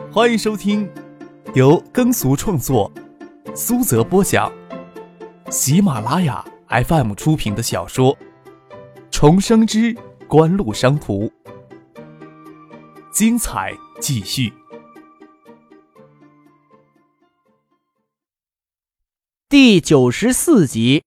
欢迎收听由耕俗创作、苏泽播讲、喜马拉雅 FM 出品的小说《重生之官路商途》，精彩继续。 第94集。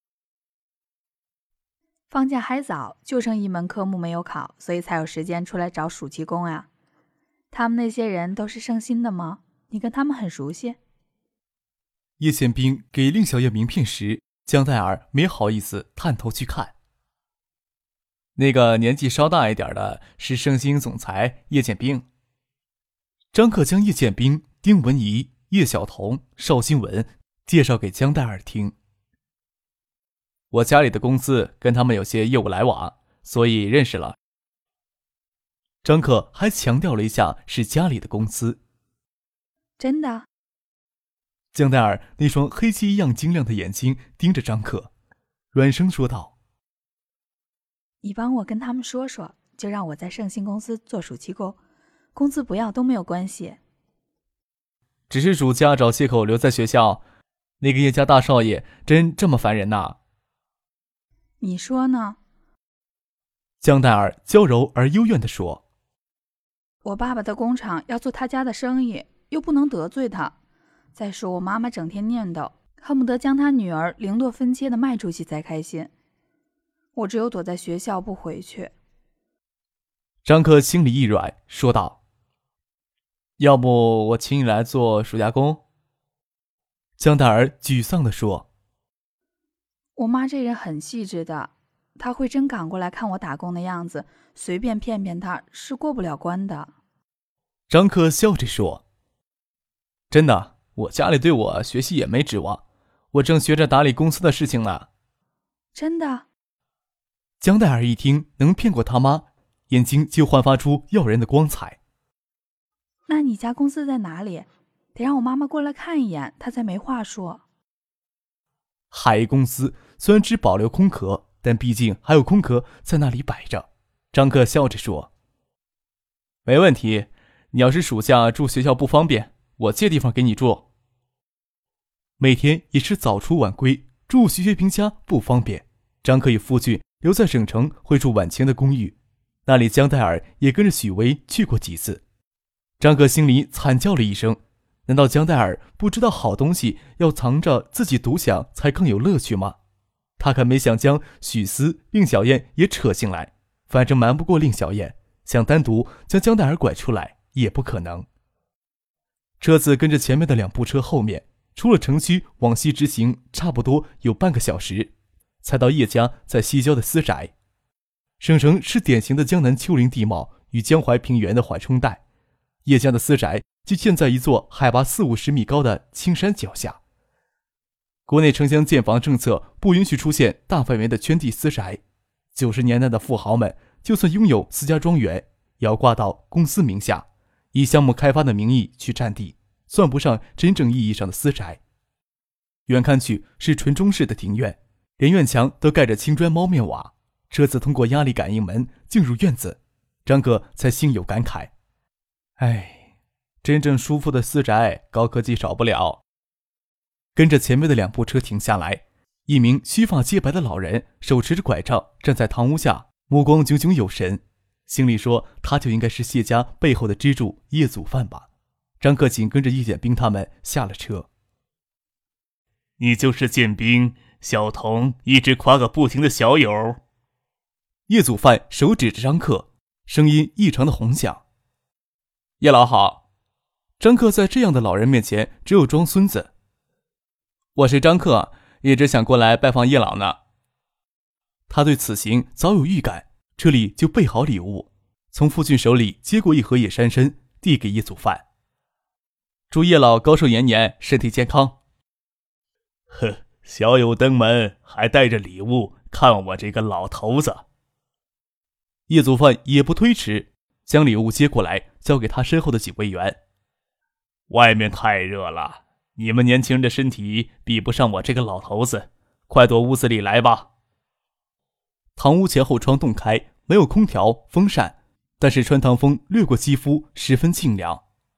放假还早，就剩一门科目没有考，所以才有时间出来找暑期工啊。他们那些人都是圣心的吗？你跟他们很熟悉？ 叶宪兵给令小燕名片时，江黛儿没好意思探头去看。那个年纪稍大一点的是圣心总裁叶剑兵。张克将叶剑兵、丁文仪、叶晓彤、邵新文介绍给江黛儿听。我家里的公司跟他们有些业务来往，所以认识了。张克还强调了一下是家里的公司。 真的？ 江黛儿那双黑漆一样晶亮的眼睛盯着张克，软声说道： 你帮我跟他们说说，就让我在圣心公司做暑期工，工资不要都没有关系。 只是暑假找借口留在学校，那个叶家大少爷真这么烦人呐？ 你说呢？ 江黛儿娇柔而幽怨地说： 我爸爸的工厂要做他家的生意，又不能得罪他。再说我妈妈整天念叨，恨不得将他女儿零落分切的卖出去才开心。我只有躲在学校不回去。 张克心里一软，说道：要不我请你来做暑假工？江黛儿沮丧地说： 我妈这人很细致的，她会真赶过来看我打工的样子，随便骗骗她是过不了关的。 张克笑着说：真的，我家里对我学习也没指望，我正学着打理公司的事情呢。 真的？ 江黛儿一听能骗过他妈，眼睛就焕发出耀人的光彩。 那你家公司在哪里？得让我妈妈过来看一眼，她才没话说。 海业公司虽然只保留空壳，但毕竟还有空壳在那里摆着。张克笑着说：没问题，你要是暑假住学校不方便，我借地方给你住。每天也是早出晚归，住徐学平家不方便，张克与夫君留在省城会住晚晴的公寓，那里江黛儿也跟着许巍去过几次。张克心里惨叫了一声，难道江黛儿不知道好东西要藏着自己独享才更有乐趣吗？他可没想将许思、令小燕也扯进来，反正瞒不过令小燕，想单独将江黛儿拐出来也不可能。车子跟着前面的两部车后面，出了城区往西直行，差不多有半个小时，才到叶家在西郊的私宅。省城是典型的江南丘陵地貌与江淮平原的缓冲带，叶家的私宅就建在一座海拔40-50米高的青山脚下。国内城乡建房政策不允许出现大范围的圈地私宅，90年代的富豪们就算拥有私家庄园，也要挂到公司名下，以项目开发的名义去占地，算不上真正意义上的私宅。远看去是纯中式的庭院，连院墙都盖着青砖猫面瓦。车子通过压力感应门进入院子，张克才心有感慨：哎，真正舒服的私宅，高科技少不了。跟着前面的两部车停下来，一名须发皆白的老人手持着拐杖站在堂屋下，目光炯炯有神，心里说他就应该是谢家背后的支柱叶祖范吧。张克紧跟着叶剑兵他们下了车。 你就是剑兵，小童一直夸个不停的小友。 叶祖范手指着张克，声音异常的洪响。叶老好。张克在这样的老人面前只有装孙子。我是张克，一直想过来拜访叶老呢。他对此行早有预感，这里就备好礼物，从夫君手里接过一盒野山参，递给叶祖范。祝叶老高寿延年，身体健康。 呵，小友登门还带着礼物看我这个老头子。 叶祖范也不推迟，将礼物接过来交给他身后的警卫员。 外面太热了，你们年轻人的身体比不上我这个老头子，快躲屋子里来吧。堂屋前后窗洞开，没有空调风扇，但是穿堂风掠过肌肤，十分清凉。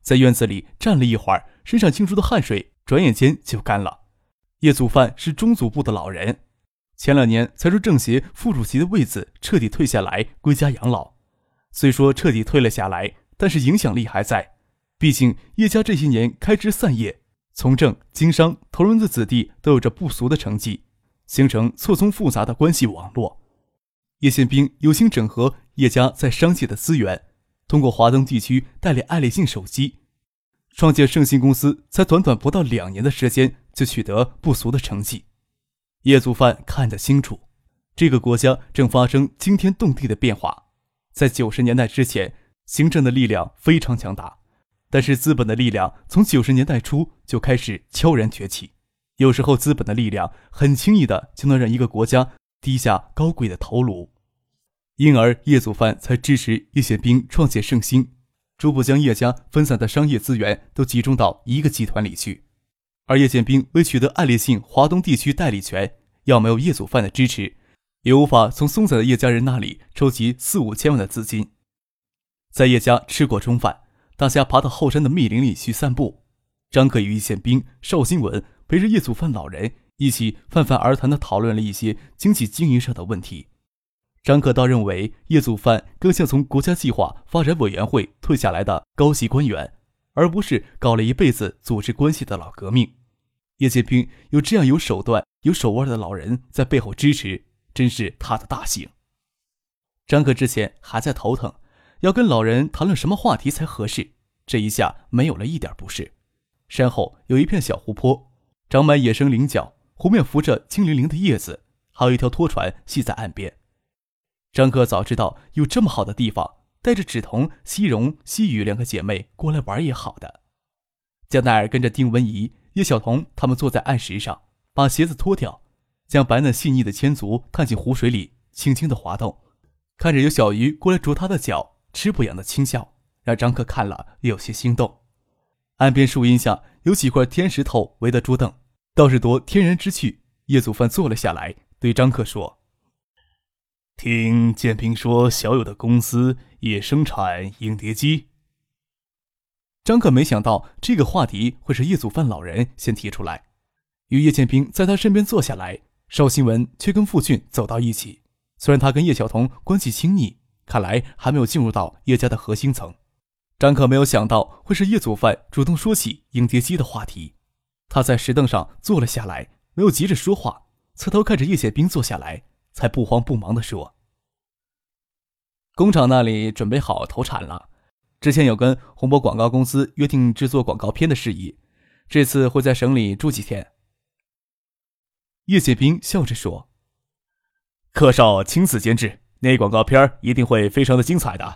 在院子里站了一会儿，身上清出的汗水转眼间就干了。叶祖范是中组部的老人，前2年才从政协副主席的位子彻底退下来归家养老。虽说彻底退了下来，但是影响力还在，毕竟叶家这些年开枝散叶，从政经商投人的子弟都有着不俗的成绩，形成错综复杂的关系网络。叶宪兵有心整合叶家在商界的资源，通过华东地区代理爱立信手机，创建盛信公司，才短短不到2年的时间就取得不俗的成绩。叶祖范看得清楚，这个国家正发生惊天动地的变化。在90年代之前，行政的力量非常强大，但是资本的力量从90年代初就开始悄然崛起。有时候资本的力量很轻易的就能让一个国家低下高贵的头颅，因而叶祖范才支持叶宪兵创建盛兴，逐步将叶家分散的商业资源都集中到一个集团里去。而叶宪兵为取得爱立信华东地区代理权，要没有叶祖范的支持，也无法从松散的叶家人那里筹集4、5千万的资金。在叶家吃过中饭，大家爬到后山的密林里去散步。张克与叶宪兵、邵新文陪着叶祖范老人一起泛泛而谈地讨论了一些经济经营上的问题。张克倒认为叶祖范更像从国家计划发展委员会退下来的高级官员，而不是搞了一辈子组织关系的老革命。叶宪兵有这样有手段有手腕的老人在背后支持，真是他的大幸。张克之前还在头疼，要跟老人谈论什么话题才合适，这一下没有了一点不适。山后有一片小湖泊，长满野生菱角，湖面浮着青凌凌的叶子，还有一条拖船系在岸边。张克早知道有这么好的地方，带着芷彤、西荣、西雨2个姐妹过来玩也好的。江奈尔跟着丁文怡、叶晓彤他们坐在岸石上，把鞋子脱掉，将白嫩细腻的千足探进湖水里，轻轻地滑动，看着有小鱼过来啄他的脚，吃不痒的轻笑，让张克看了有些心动。岸边树荫下有几块天石头围的桌凳，倒是多天然之趣。叶祖范坐了下来，对张克说：“ 听建平说，小友的公司也生产影碟机。” 张克没想到这个话题会是叶祖范老人先提出来。与叶建平在他身边坐下来，邵新文却跟傅俊走到一起。虽然他跟叶晓彤关系亲昵，看来还没有进入到叶家的核心层。张克没有想到会是叶祖范主动说起影碟机的话题。他在石凳上坐了下来，没有急着说话，侧头看着叶宪兵坐下来，才不慌不忙地说：“工厂那里准备好投产了，之前有跟宏博广告公司约定制作广告片的事宜，这次会在省里住几天。”叶宪兵笑着说：“ 柯少亲自监制，那广告片一定会非常的精彩的。”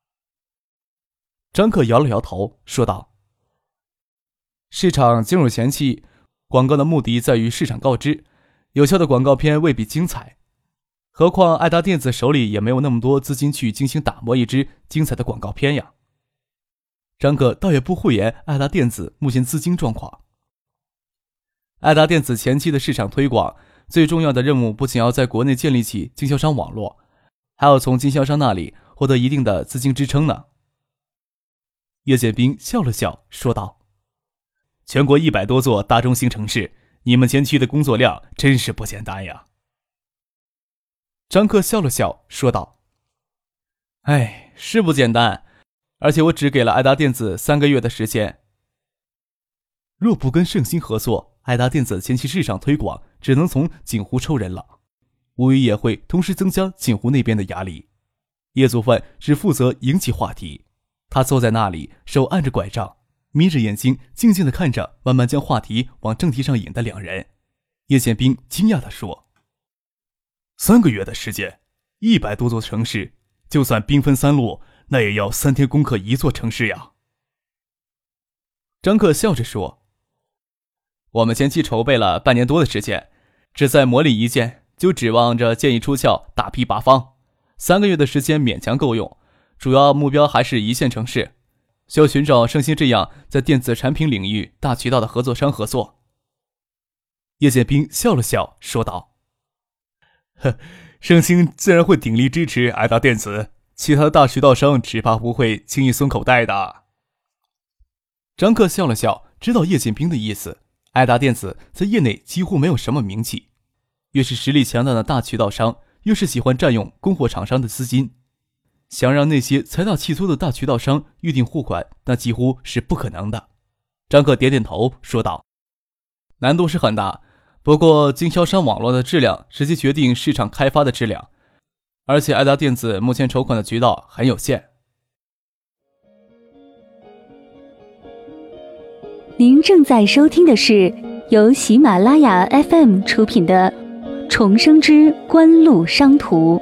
张克摇了摇头说道：“市场进入前期，广告的目的在于市场告知，有效的广告片未必精彩，何况爱达电子手里也没有那么多资金去精心打磨一支精彩的广告片呀。”张克倒也不讳言爱达电子目前资金状况。爱达电子前期的市场推广，最重要的任务不仅要在国内建立起经销商网络，还要从经销商那里获得一定的资金支撑呢。叶宪兵笑了笑说道：“ 全国100多座大中型城市，你们前期的工作量真是不简单呀。” 张克笑了笑说道：“哎，是不简单，而且我只给了爱达电子3个月的时间。若不跟盛兴合作，爱达电子前期市场推广只能从锦湖抽人了，无疑也会同时增加锦湖那边的压力。”叶祖范只负责引起话题，他坐在那里，手按着拐杖，眯着眼睛静静地看着慢慢将话题往正题上引的2人。叶宪兵惊讶地说 ：“3个月的时间，100多座城市，就算兵分3路，那也要3天攻克1座城市呀。” 张克笑着说：“我们前期筹备了半年多的时间，只在模拟一件，就指望着建议出鞘，大批拔方，3个月的时间勉强够用。主要目标还是1线城市，需要寻找盛兴这样在电子产品领域大渠道的合作商合作。”叶宪兵笑了笑说道：“ 盛兴自然会鼎力支持爱达电子，其他的大渠道商只怕不会轻易松口袋的。” 张克笑了笑，知道叶剑兵的意思。爱达电子在业内几乎没有什么名气，越是实力强大的大渠道商，越是喜欢占用供货厂商的资金。想让那些财大气粗的大渠道商预定货款，那几乎是不可能的。张克点点头说道：难度是很大，不过经销商网络的质量直接决定市场开发的质量，而且爱达电子目前筹款的渠道很有限。 您正在收听的是由喜马拉雅 FM 出品的《重生之官路商途》。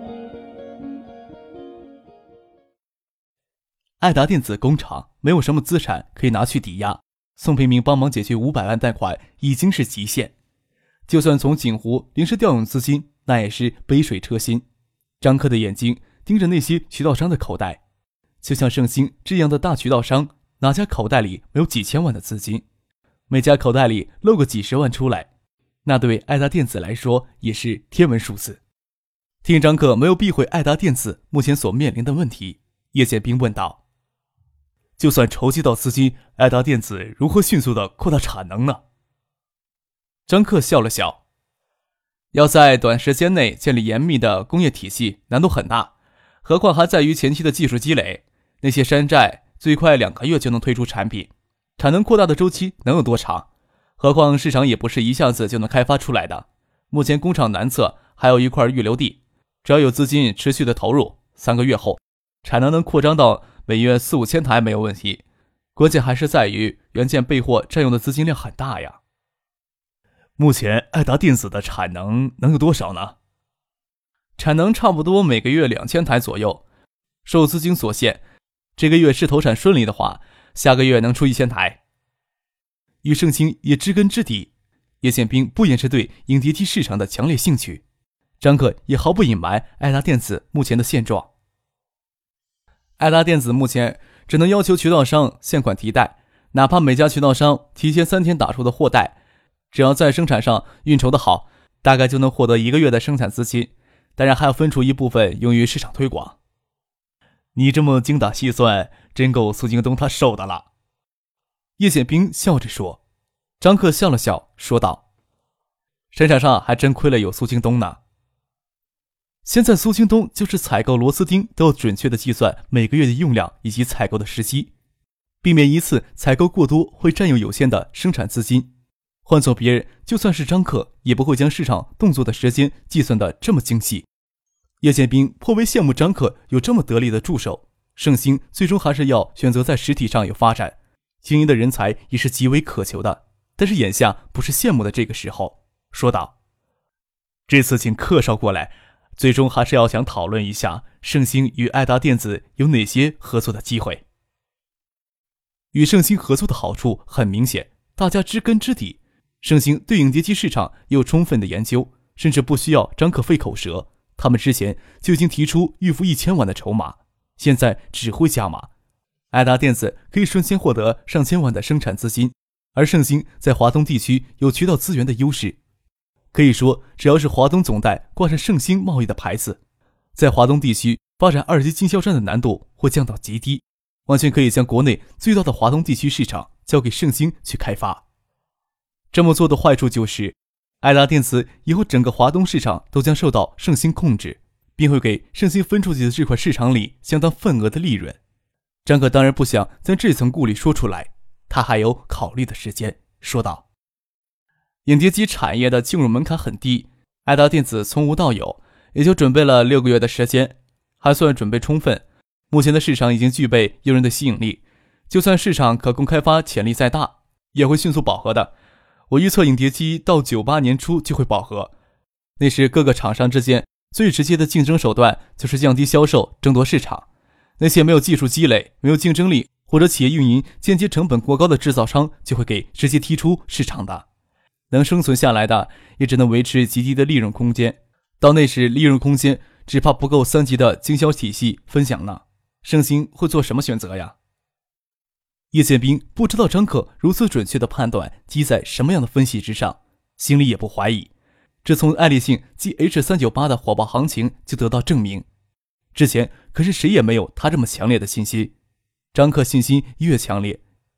爱达电子工厂没有什么资产可以拿去抵押，宋培明帮忙解决500万贷款已经是极限，就算从锦湖临时调用资金，那也是杯水车薪。张克的眼睛盯着那些渠道商的口袋，就像盛兴这样的大渠道商，哪家口袋里没有几千万的资金？每家口袋里露个几十万出来，那对爱达电子来说也是天文数字。听张克没有避讳爱达电子目前所面临的问题，叶剑兵问道：就算筹集到资金，爱达电子如何迅速地扩大产能呢？张克笑了笑：要在短时间内建立严密的工业体系难度很大，何况还在于前期的技术积累。那些山寨最快2个月就能推出产品，产能扩大的周期能有多长？何况市场也不是一下子就能开发出来的。目前工厂南侧还有一块预留地，只要有资金持续的投入，3个月后产能能扩张到每月4-5千台没有问题。关键还是在于元件备货占用的资金量很大呀。目前爱达电子的产能能有多少呢？产能差不多每个月2000台左右，受资金所限，这个月是投产顺利的话，下个月能出1000台。与盛兴也知根知底，叶剑兵不掩饰对影碟机市场的强烈兴趣。张克也毫不隐瞒爱达电子目前的现状。爱达电子目前只能要求渠道商现款提袋，哪怕每家渠道商提前3天打出的货袋，只要在生产上运筹的好，大概就能获得1个月的生产资金，当然还要分出一部分用于市场推广。你这么精打细算，真够苏京东他受的了。叶剑兵笑着说。张克笑了笑说道：生产上还真亏了有苏京东呢。现在苏京东就是采购螺丝钉都要准确的计算每个月的用量以及采购的时机，避免一次采购过多会占用有限的生产资金。换做别人，就算是张克也不会将市场动作的时间计算得这么精细。叶剑兵颇为羡慕张克有这么得力的助手。盛兴最终还是要选择在实体上有发展，经营的人才也是极为渴求的，但是眼下不是羡慕的这个时候。说道：这次请克少过来，最终还是要想讨论一下盛兴与爱达电子有哪些合作的机会。与盛兴合作的好处很明显，大家知根知底，盛兴对影碟机市场也有充分的研究，甚至不需要张克费口舌，他们之前就已经提出预付1000万的筹码，现在只会加码。爱达电子可以瞬间获得上千万的生产资金，而盛兴在华东地区有渠道资源的优势，可以说只要是华东总代挂上盛兴贸易的牌子，在华东地区发展2级经销商的难度会降到极低，完全可以将国内最大的华东地区市场交给盛兴去开发。这么做的坏处就是，爱达电子以后整个华东市场都将受到盛兴控制，并会给盛兴分出去的这块市场里相当份额的利润。张克当然不想将这层顾虑说出来，他还有考虑的时间，说道：影碟机产业的进入门槛很低，爱达电子从无到有也就准备了6个月的时间，还算准备充分。目前的市场已经具备诱人的吸引力，就算市场可供开发潜力再大，也会迅速饱和的。我预测影碟机到98年初就会饱和，那时各个厂商之间最直接的竞争手段就是降低销售，争夺市场。那些没有技术积累、没有竞争力或者企业运营间接成本过高的制造商就会给直接踢出市场的，能生存下来的也只能维持极低的利润空间，到那时利润空间只怕不够3级的经销体系分享呢。盛兴会做什么选择呀？叶剑兵不知道张克如此准确的判断基在什么样的分析之上，心里也不怀疑，这从爱立信继 H398 的火爆行情就得到证明。之前可是谁也没有他这么强烈的信心，张克信心越强烈，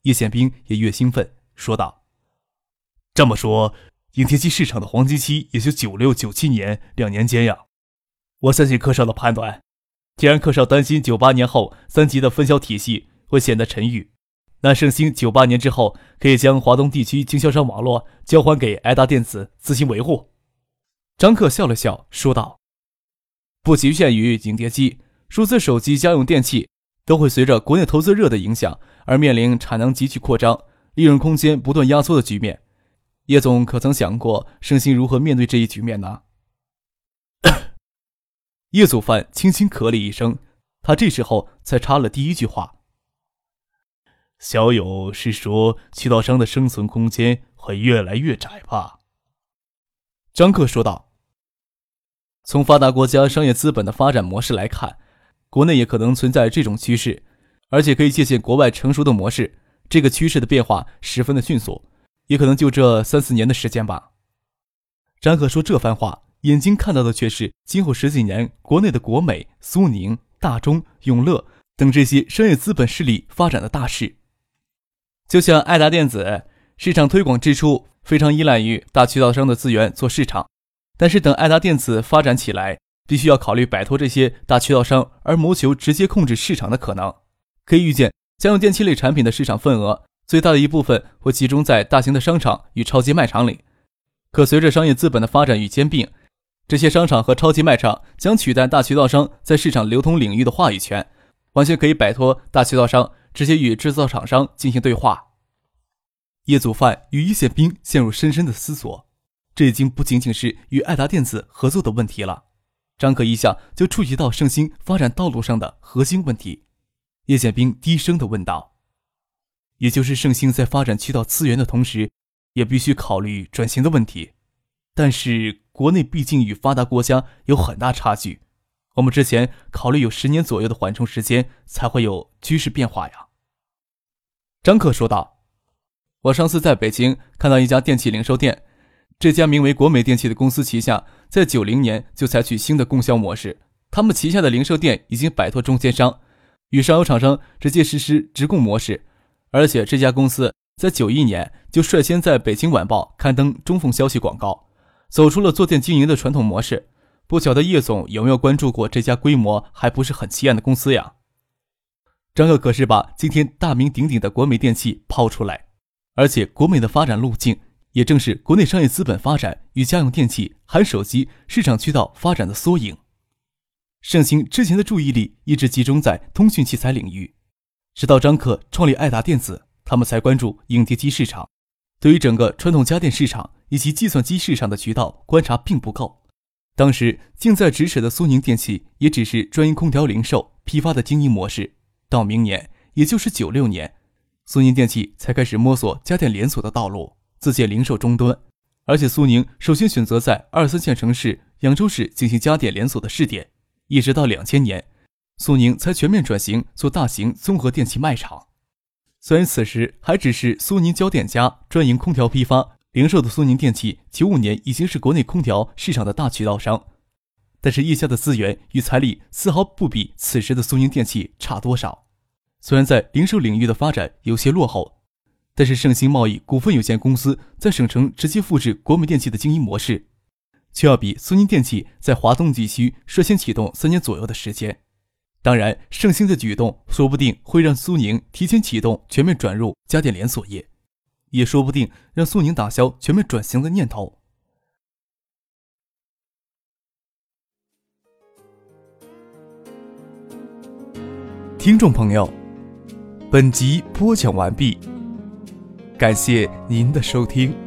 叶宪兵也越兴奋，说道： 这么说，影铁机市场的黄金期也就96、97年2年间呀。我相信柯少的判断，既然柯少担心98年后3级的分销体系会显得沉郁，那盛兴98年之后可以将华东地区经销商网络交还给爱达电子自行维护。 张克笑了笑，说道：不局限于影碟机，数字手机、家用电器都会随着国内投资热的影响而面临产能急剧扩张、利润空间不断压缩的局面。叶总可曾想过盛兴如何面对这一局面呢？叶祖范轻轻咳了一声，他这时候才插了第一句话： 小友是说渠道商的生存空间会越来越窄吧？ 张克说道：从发达国家商业资本的发展模式来看，国内也可能存在这种趋势，而且可以借鉴国外成熟的模式。这个趋势的变化十分的迅速，也可能就这3、4年的时间吧。张克说这番话，眼睛看到的却是今后10几年国内的国美、苏宁、大中、永乐等这些商业资本势力发展的大势。就像爱达电子，市场推广支出非常依赖于大渠道商的资源做市场，但是等爱达电子发展起来，必须要考虑摆脱这些大渠道商，而谋求直接控制市场的可能。可以预见，家用电器类产品的市场份额最大的一部分会集中在大型的商场与超级卖场里。可随着商业资本的发展与兼并，这些商场和超级卖场将取代大渠道商在市场流通领域的话语权，完全可以摆脱大渠道商，直接与制造厂商进行对话。叶祖范与叶宪兵陷入深深的思索，这已经不仅仅是与爱达电子合作的问题了。张克一下就触及到盛兴发展道路上的核心问题。叶宪兵低声地问道：也就是盛兴在发展渠道资源的同时，也必须考虑转型的问题。但是国内毕竟与发达国家有很大差距，我们之前考虑有10年左右的缓冲时间才会有趋势变化呀。张克说道：我上次在北京看到一家电器零售店，这家名为国美电器的公司旗下在90年就采取新的供销模式，他们旗下的零售店已经摆脱中间商，与上游厂商直接实施直供模式。而且这家公司在91年就率先在北京晚报刊登中缝消息广告，走出了做店经营的传统模式。不晓得叶总有没有关注过这家规模还不是很起眼的公司呀？张克可是把今天大名鼎鼎的国美电器抛出来，而且国美的发展路径也正是国内商业资本发展与家用电器含手机市场渠道发展的缩影。盛兴之前的注意力一直集中在通讯器材领域，直到张克创立爱达电子，他们才关注影碟机市场。对于整个传统家电市场以及计算机市场的渠道观察并不够。当时近在咫尺的苏宁电器也只是专营空调零售批发的经营模式，到明年也就是96年，苏宁电器才开始摸索家电连锁的道路，自建零售终端。而且苏宁首先选择在2、3线城市扬州市进行家电连锁的试点，一直到2000年，苏宁才全面转型做大型综合电器卖场。虽然此时还只是苏宁交电家专营空调批发零售的苏宁电器95年已经是国内空调市场的大渠道商，但是叶家的资源与财力丝毫不比此时的苏宁电器差多少。虽然在零售领域的发展有些落后，但是盛兴贸易股份有限公司在省城直接复制国美电器的经营模式，却要比苏宁电器在华东地区率先启动3年左右的时间。当然，盛兴的举动说不定会让苏宁提前启动全面转入家电连锁业，也说不定让苏宁打消全面转型的念头。听众朋友，本集播讲完毕，感谢您的收听。